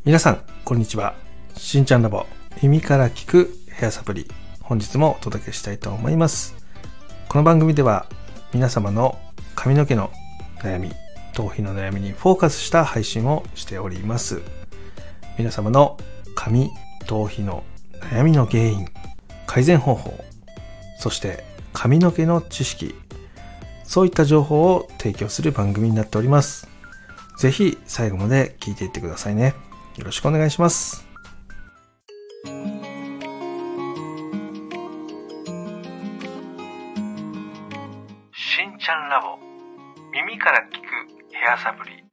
皆さんこんにちは。しんちゃんラボ耳から聞くヘアサプリ、本日もお届けしたいと思います。この番組では皆様の髪の毛の悩み、頭皮の悩みにフォーカスした配信をしております。皆様の髪、頭皮の悩みの原因、改善方法、そして髪の毛の知識、そういった情報を提供する番組になっております。ぜひ最後まで聞いていってくださいね。よろしくお願いします。しんちゃんラボ耳から聞くヘアサプリ。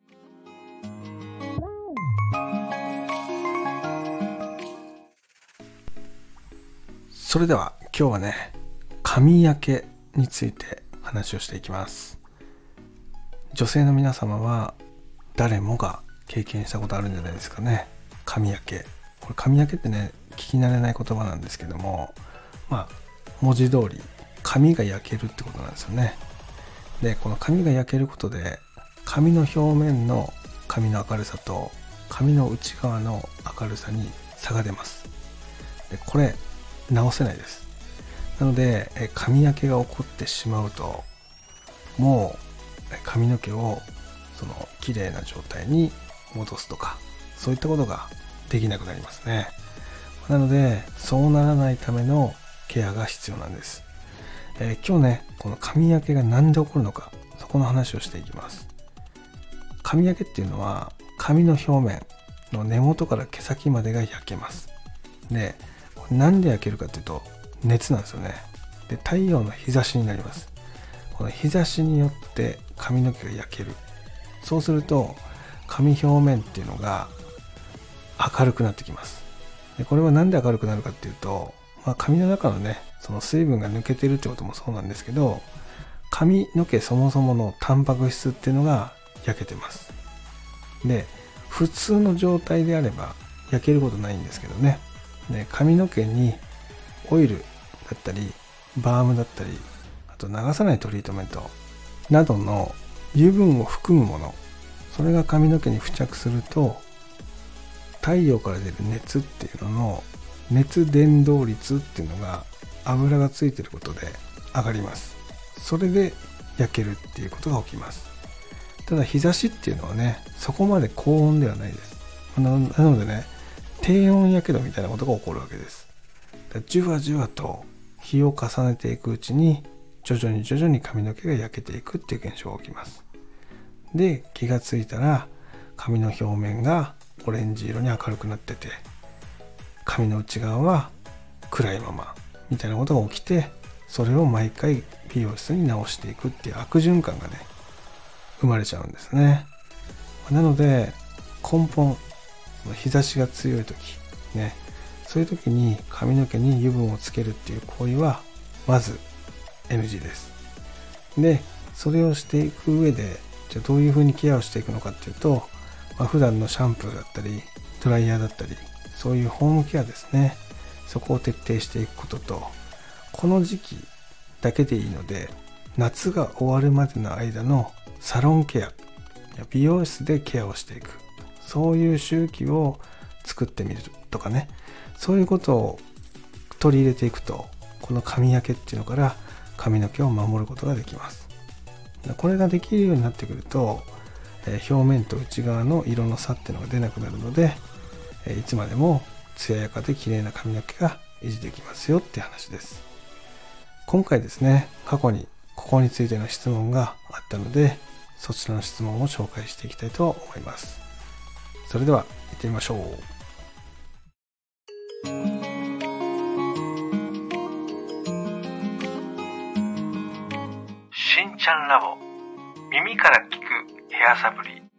それでは今日はね、髪焼けについて話をしていきます。女性の皆様は誰もが経験したことあるんじゃないですかね。髪焼け。これ髪焼けってね、聞き慣れない言葉なんですけども、文字通り髪が焼けるってことなんですよね。で、この髪が焼けることで髪の表面の髪の明るさと髪の内側の明るさに差が出ます。で、これ直せないです。なので髪焼けが起こってしまうと、もう髪の毛をその綺麗な状態に戻すとか、そういったことができなくなりますね。なのでそうならないためのケアが必要なんです。今日ね、この髪焼けが何で起こるのか、そこの話をしていきます。髪焼けっていうのは髪の表面の根元から毛先までが焼けます。で、なんで焼けるかっていうと熱なんですよね。で、太陽の日差しになります。この日差しによって髪の毛が焼ける。そうすると髪表面っていうのが明るくなってきます。で、これはなんで明るくなるかっていうと、髪の中のね、その水分が抜けてるってこともそうなんですけど、髪の毛そもそものタンパク質っていうのが焼けてます。で、普通の状態であれば焼けることないんですけどね。で、髪の毛にオイルだったりバームだったり、あと流さないトリートメントなどの油分を含むもの、それが髪の毛に付着すると、太陽から出る熱っていうのの熱伝導率っていうのが油がついてることで上がります。それで焼けるっていうことが起きます。ただ日差しっていうのはね、そこまで高温ではないです。なのでね、低温やけどみたいなことが起こるわけです。じわじわと日を重ねていくうちに徐々に髪の毛が焼けていくっていう現象が起きます。で、気がついたら髪の表面がオレンジ色に明るくなってて、髪の内側は暗いままみたいなことが起きて、それを毎回美容室に直していくっていう悪循環がね、生まれちゃうんですね。なので根本、日差しが強い時ね、そういう時に髪の毛に油分をつけるっていう行為はまず NG です。で、それをしていく上で、じゃあどういうふうにケアをしていくのかっていうと、普段のシャンプーだったりドライヤーだったり、そういうホームケアですね、そこを徹底していくことと、この時期だけでいいので夏が終わるまでの間のサロンケア、美容室でケアをしていく、そういう周期を作ってみるとかね、そういうことを取り入れていくと、この髪焼けっていうのから髪の毛を守ることができます。これができるようになってくると、表面と内側の色の差っていうのが出なくなるので、いつまでも艶やかで綺麗な髪の毛が維持できますよって話です。今回ですね、過去にここについての質問があったので、そちらの質問を紹介していきたいと思います。それでは行ってみましょう。しんちゃんラボ耳から聞くヘアサプリ。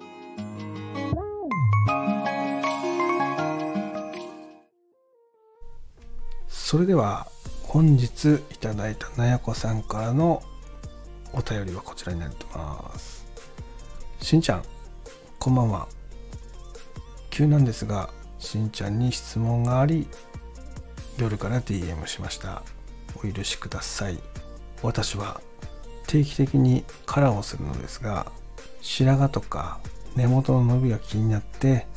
それでは本日いただいたなやこさんからのお便りはこちらになってます。しんちゃん、こんばんは。急なんですが、しんちゃんに質問があり、夜から DM しました。お許しください。私は定期的にカラーをするのですが、白髪とか根元の伸びが気になって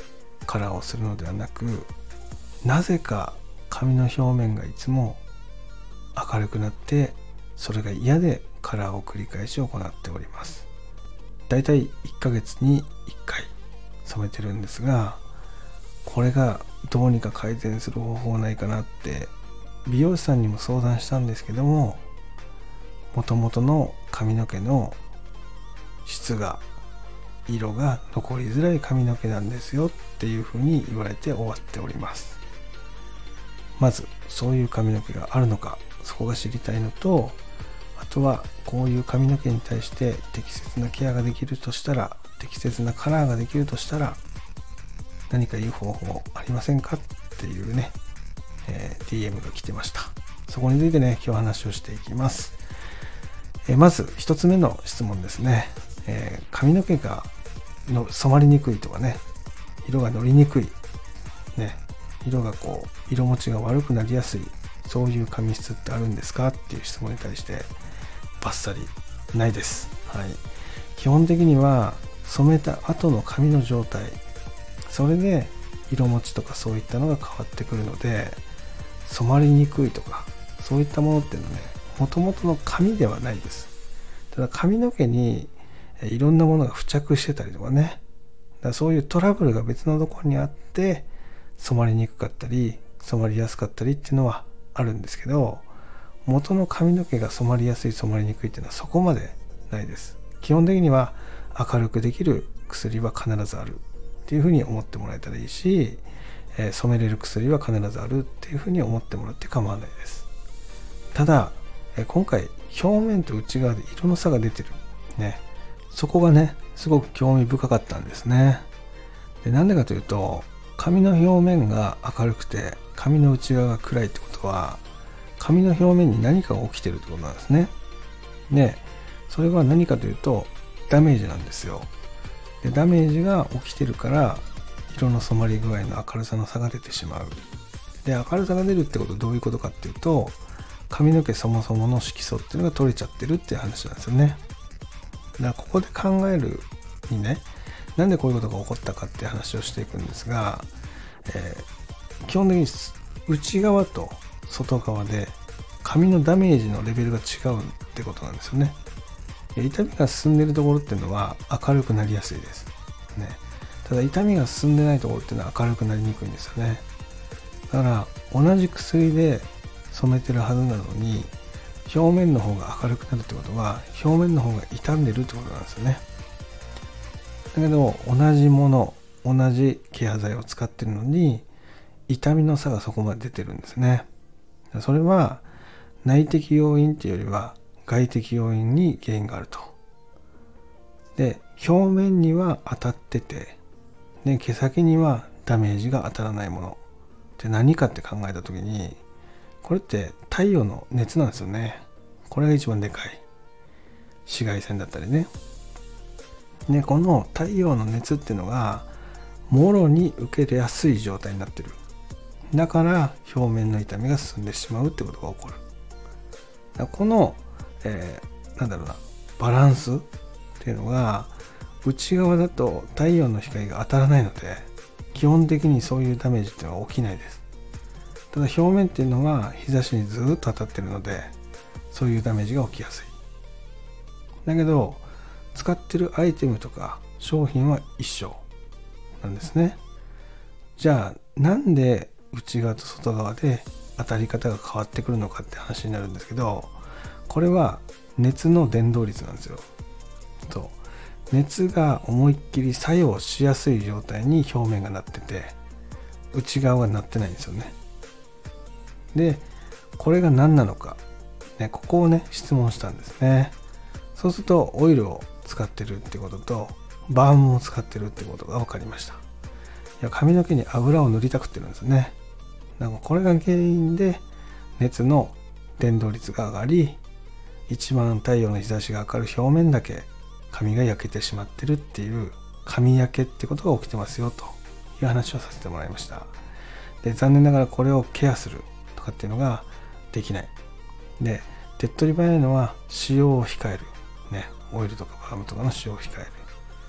カラーをするのではなく、なぜか髪の表面がいつも明るくなって、それが嫌でカラーを繰り返し行っております。だいたい1ヶ月に1回染めてるんですが、これがどうにか改善する方法ないかなって美容師さんにも相談したんですけども、元々の髪の毛の質が、色が残りづらい髪の毛なんですよっていうふうに言われて終わっております。まずそういう髪の毛があるのか、そこが知りたいのと、あとはこういう髪の毛に対して適切なケアができるとしたら、適切なカラーができるとしたら、何かいい方法ありませんかっていうね、DM が来てました。そこについてね、今日話をしていきます。まず一つ目の質問ですね。髪の毛が染まりにくいとかね、色がのりにくい、ね、色が色持ちが悪くなりやすい、そういう髪質ってあるんですかっていう質問に対してバッサリないです。はい。基本的には染めた後の髪の状態、それで色持ちとかそういったのが変わってくるので、染まりにくいとかそういったものっていうのはね、元々の髪ではないです。ただ髪の毛にいろんなものが付着してたりとかね、だからそういうトラブルが別のところにあって染まりにくかったり染まりやすかったりっていうのはあるんですけど、元の髪の毛が染まりやすい染まりにくいっていうのはそこまでないです。基本的には明るくできる薬は必ずあるっていうふうに思ってもらえたらいいし、染めれる薬は必ずあるっていうふうに思ってもらって構わないです。ただ今回表面と内側で色の差が出てるね、そこがねすごく興味深かったんですね。で、なんでかというと、髪の表面が明るくて髪の内側が暗いってことは、髪の表面に何かが起きてるってことなんですね。で、それは何かというとダメージなんですよ。で、ダメージが起きてるから色の染まり具合の明るさの差が出てしまう。で、明るさが出るってことはどういうことかっていうと、髪の毛そもそもの色素っていうのが取れちゃってるっていう話なんですよね。だからここで考えるにね、なんでこういうことが起こったかっていう話をしていくんですが、基本的に内側と外側で髪のダメージのレベルが違うってことなんですよね。痛みが進んでいるところっていうのは明るくなりやすいです、ね。ただ痛みが進んでないところっていうのは明るくなりにくいんですよね。だから同じ薬で染めてるはずなのに、表面の方が明るくなるってことは表面の方が傷んでるってことなんですよね。だけど同じもの、同じケア剤を使ってるのに痛みの差がそこまで出てるんですね。それは内的要因っていうよりは外的要因に原因があると。で、表面には当たってて、で、毛先にはダメージが当たらないものって何かって考えたときに、これって太陽の熱なんですよね。これが一番でかい。紫外線だったりね。で、この太陽の熱っていうのがもろに受けやすい状態になってる。だから表面の痛みが進んでしまうってことが起こる。だからこの、バランスっていうのが内側だと太陽の光が当たらないので、基本的にそういうダメージっていうのは起きないです。ただ表面っていうのは日差しにずっと当たってるので、そういうダメージが起きやすい。だけど使ってるアイテムとか商品は一緒なんですね。じゃあなんで内側と外側で当たり方が変わってくるのかって話になるんですけど、これは熱の伝導率なんですよ。熱が思いっきり作用しやすい状態に表面がなってて、内側がなってないんですよね。で、これが何なのか、ね、ここをね質問したんですね。そうするとオイルを使ってるってこととバームを使ってるってことが分かりました。いや、髪の毛に油を塗りたくってるんですね。だからこれが原因で熱の伝導率が上がり、一番太陽の日差しが当たる表面だけ髪が焼けてしまってるっていう髪焼けってことが起きてますよという話をさせてもらいました。で、残念ながらこれをケアするとかっていうのができない。で、手っ取り早いのは使用を控える。ね、オイルとかバームとかの使用を控える。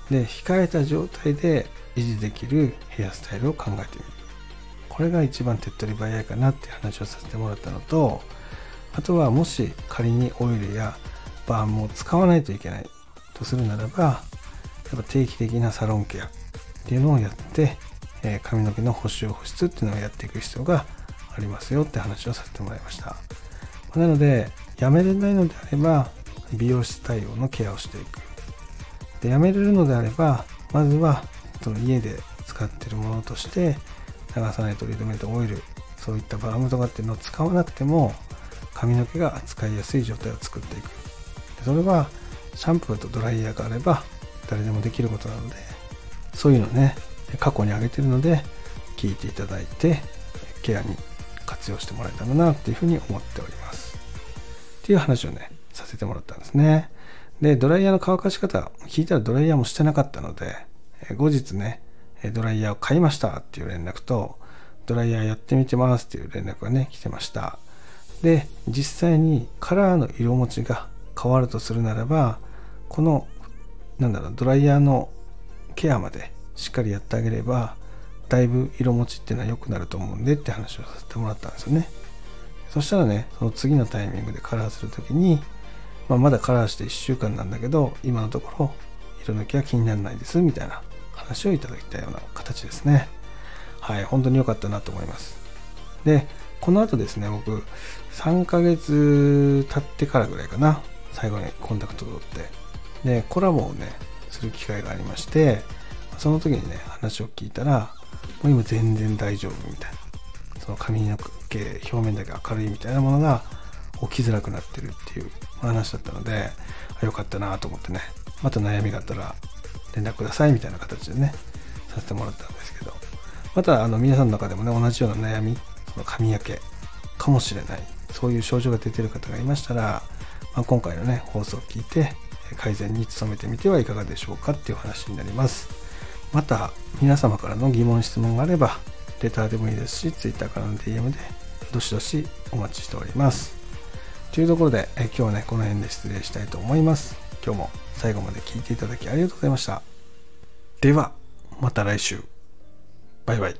で控えた状態で維持できるヘアスタイルを考えてみる。これが一番手っ取り早いかなっていう話をさせてもらったのと、あとはもし仮にオイルやバームを使わないといけないとするならば、やっぱ定期的なサロンケアっていうのをやって、髪の毛の保湿保湿っていうのをやっていく必要がありますよって話をさせてもらいました。なのでやめれないのであれば美容室対応のケアをしていく。でやめれるのであればまずはその家で使っているものとして流さないトリートメントオイル、そういったバームとかっていうのを使わなくても髪の毛が扱いやすい状態を作っていく。それはシャンプーとドライヤーがあれば誰でもできることなので、そういうのね過去に挙げてるので聞いていただいてケアに活用してもらえたらなっていうふうに思っておりますっていう話をねさせてもらったんですね。でドライヤーの乾かし方聞いたらドライヤーもしてなかったので、後日ねドライヤーを買いましたっていう連絡とドライヤーやってみてますっていう連絡がね来てました。で実際にカラーの色持ちが変わるとするならば、このドライヤーのケアまでしっかりやってあげればだいぶ色持ちっていうのは良くなると思うんでって話をさせてもらったんですよね。そしたらねその次のタイミングでカラーするときに、まだカラーして1週間なんだけど今のところ色抜きは気にならないですみたいな話をいただいたような形ですね。はい、本当に良かったなと思います。でこの後ですね、僕3ヶ月経ってからぐらいかな、最後にコンタクトを取ってでコラボをねする機会がありまして、その時にね話を聞いたらもう今全然大丈夫みたいな、その髪の毛表面だけ明るいみたいなものが起きづらくなってるっていう話だったので、よかったなと思ってね、また悩みがあったら連絡くださいみたいな形でねさせてもらったんですけど、また皆さんの中でもね同じような悩み、その髪焼けかもしれない、そういう症状が出てる方がいましたら、今回のね放送を聞いて改善に努めてみてはいかがでしょうかっていう話になります。また皆様からの疑問質問があればレターでもいいですし Twitter からの DM でどしどしお待ちしております。というところで今日はねこの辺で失礼したいと思います。今日も最後まで聞いていただきありがとうございました。ではまた来週、バイバイ。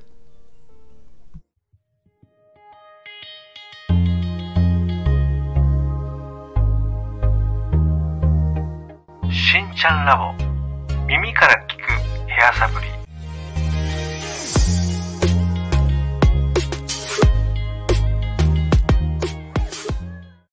しんちゃんラボ、耳から聞くヘアサプリ。